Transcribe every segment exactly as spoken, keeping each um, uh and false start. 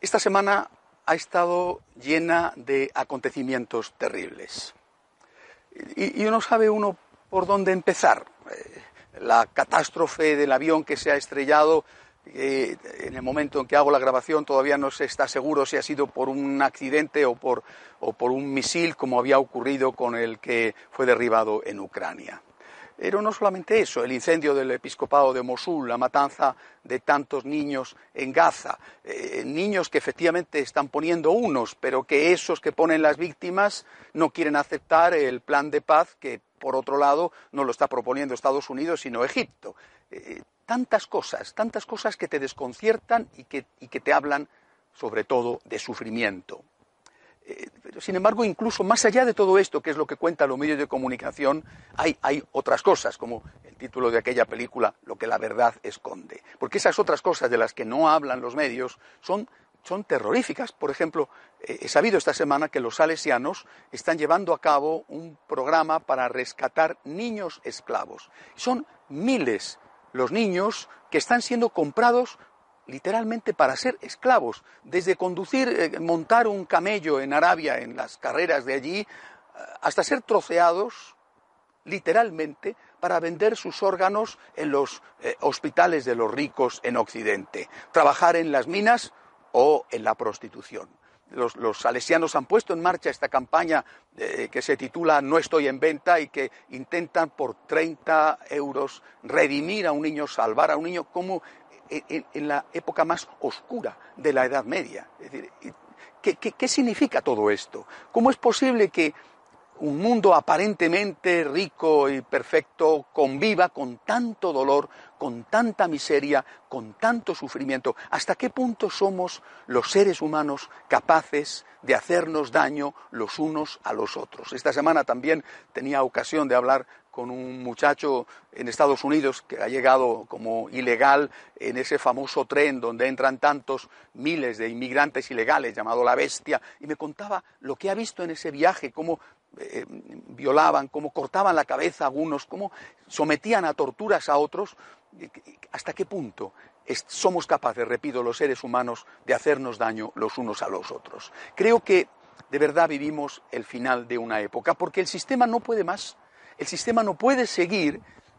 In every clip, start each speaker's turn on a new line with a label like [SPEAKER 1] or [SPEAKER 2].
[SPEAKER 1] Esta semana ha estado llena de acontecimientos terribles. Y, y no sabe uno por dónde empezar. Eh, la catástrofe del avión que se ha estrellado, eh, en el momento en que hago la grabación todavía no se está seguro si ha sido por un accidente o por, o por un misil, como había ocurrido con el que fue derribado en Ucrania. Pero no solamente eso, el incendio del episcopado de Mosul, la matanza de tantos niños en Gaza, eh, niños que efectivamente están poniendo unos, pero que esos que ponen las víctimas no quieren aceptar el plan de paz que, por otro lado, no lo está proponiendo Estados Unidos, sino Egipto. Eh, tantas cosas, tantas cosas que te desconciertan y que, y que te hablan, sobre todo, de sufrimiento. Eh, pero, sin embargo, incluso más allá de todo esto, que es lo que cuentan los medios de comunicación, hay, hay otras cosas, como el título de aquella película, Lo que la verdad esconde. Porque esas otras cosas de las que no hablan los medios son, son terroríficas. Por ejemplo, eh, he sabido esta semana que los salesianos están llevando a cabo un programa para rescatar niños esclavos. Son miles los niños que están siendo comprados literalmente para ser esclavos, desde conducir, eh, montar un camello en Arabia, en las carreras de allí, hasta ser troceados, literalmente, para vender sus órganos en los eh, hospitales de los ricos en Occidente, trabajar en las minas o en la prostitución. Los, los salesianos han puesto en marcha esta campaña eh, que se titula No estoy en venta y que intentan por treinta euros redimir a un niño, salvar a un niño, como En, en la época más oscura de la Edad Media. Es decir, ¿qué, qué, ¿qué significa todo esto? ¿Cómo es posible que un mundo aparentemente rico y perfecto conviva con tanto dolor, con tanta miseria, con tanto sufrimiento? ¿Hasta qué punto somos los seres humanos capaces de hacernos daño los unos a los otros? Esta semana también tenía ocasión de hablar con un muchacho en Estados Unidos que ha llegado como ilegal en ese famoso tren donde entran tantos miles de inmigrantes ilegales, llamado La Bestia, y me contaba lo que ha visto en ese viaje, cómo eh, violaban, cómo cortaban la cabeza a algunos, cómo sometían a torturas a otros. ¿Hasta qué punto somos capaces, repito, los seres humanos, de hacernos daño los unos a los otros? Creo que de verdad vivimos el final de una época, porque el sistema no puede más. El sistema no puede seguir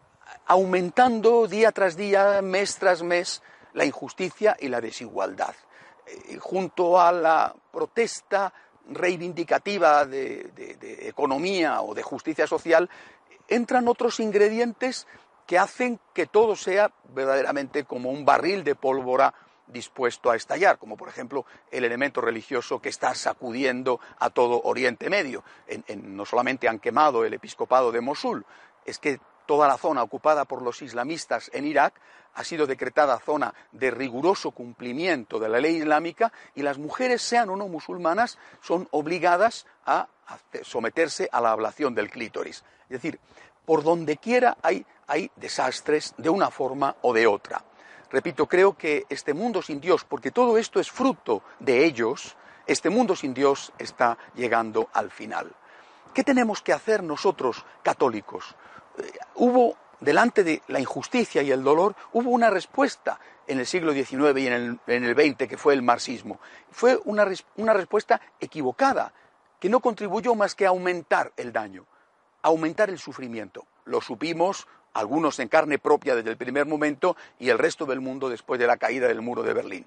[SPEAKER 1] aumentando día tras día, mes tras mes, la injusticia y la desigualdad. Eh, junto a la protesta reivindicativa de, de, de economía o de justicia social, entran otros ingredientes que hacen que todo sea verdaderamente como un barril de pólvora dispuesto a estallar, como por ejemplo el elemento religioso que está sacudiendo a todo Oriente Medio. En, en, no solamente han quemado el episcopado de Mosul, es que toda la zona ocupada por los islamistas en Irak ha sido decretada zona de riguroso cumplimiento de la ley islámica, y las mujeres, sean o no musulmanas, son obligadas a, a someterse a la ablación del clítoris. Es decir, por donde quiera hay, hay desastres de una forma o de otra. Repito, creo que este mundo sin Dios, porque todo esto es fruto de ellos, este mundo sin Dios está llegando al final. ¿Qué tenemos que hacer nosotros, católicos? Eh, hubo, delante de la injusticia y el dolor, hubo una respuesta en el siglo diecinueve y en el, en el veinte, que fue el marxismo. Fue una, una respuesta equivocada, que no contribuyó más que a aumentar el daño, a aumentar el sufrimiento. Lo supimos algunos en carne propia desde el primer momento y el resto del mundo después de la caída del muro de Berlín.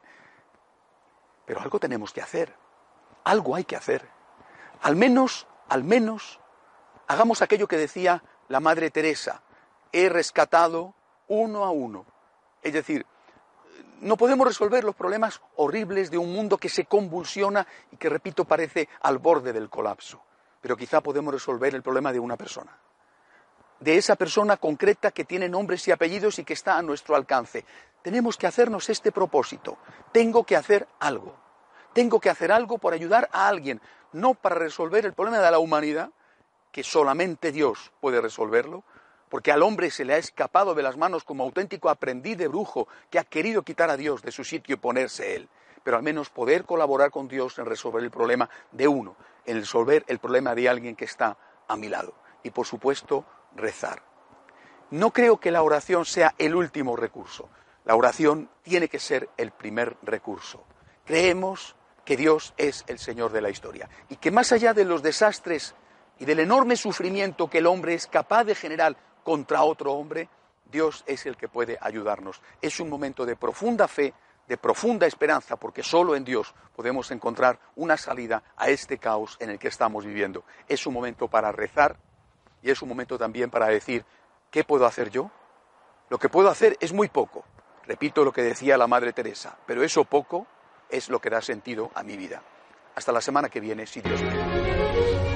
[SPEAKER 1] Pero algo tenemos que hacer, algo hay que hacer. Al menos, al menos, hagamos aquello que decía la Madre Teresa: he rescatado uno a uno. Es decir, no podemos resolver los problemas horribles de un mundo que se convulsiona y que, repito, parece al borde del colapso. Pero quizá podemos resolver el problema de una persona. De esa persona concreta que tiene nombres y apellidos y que está a nuestro alcance. Tenemos que hacernos este propósito. Tengo que hacer algo. Tengo que hacer algo por ayudar a alguien, no para resolver el problema de la humanidad, que solamente Dios puede resolverlo, porque al hombre se le ha escapado de las manos como auténtico aprendiz de brujo que ha querido quitar a Dios de su sitio y ponerse él. Pero al menos poder colaborar con Dios en resolver el problema de uno, en resolver el problema de alguien que está a mi lado. Y por supuesto, rezar. No creo que la oración sea el último recurso. La oración tiene que ser el primer recurso. creemos que Dios es el Señor de la historia y que más allá de los desastres y del enorme sufrimiento que el hombre es capaz de generar contra otro hombre, Dios es el que puede ayudarnos. Es un momento de profunda fe, de profunda esperanza, porque solo en Dios podemos encontrar una salida a este caos en el que estamos viviendo. Es un momento para rezar y es un momento también para decir, ¿qué puedo hacer yo? Lo que puedo hacer es muy poco. Repito lo que decía la Madre Teresa, pero eso poco es lo que da sentido a mi vida. Hasta la semana que viene, si Dios quiere.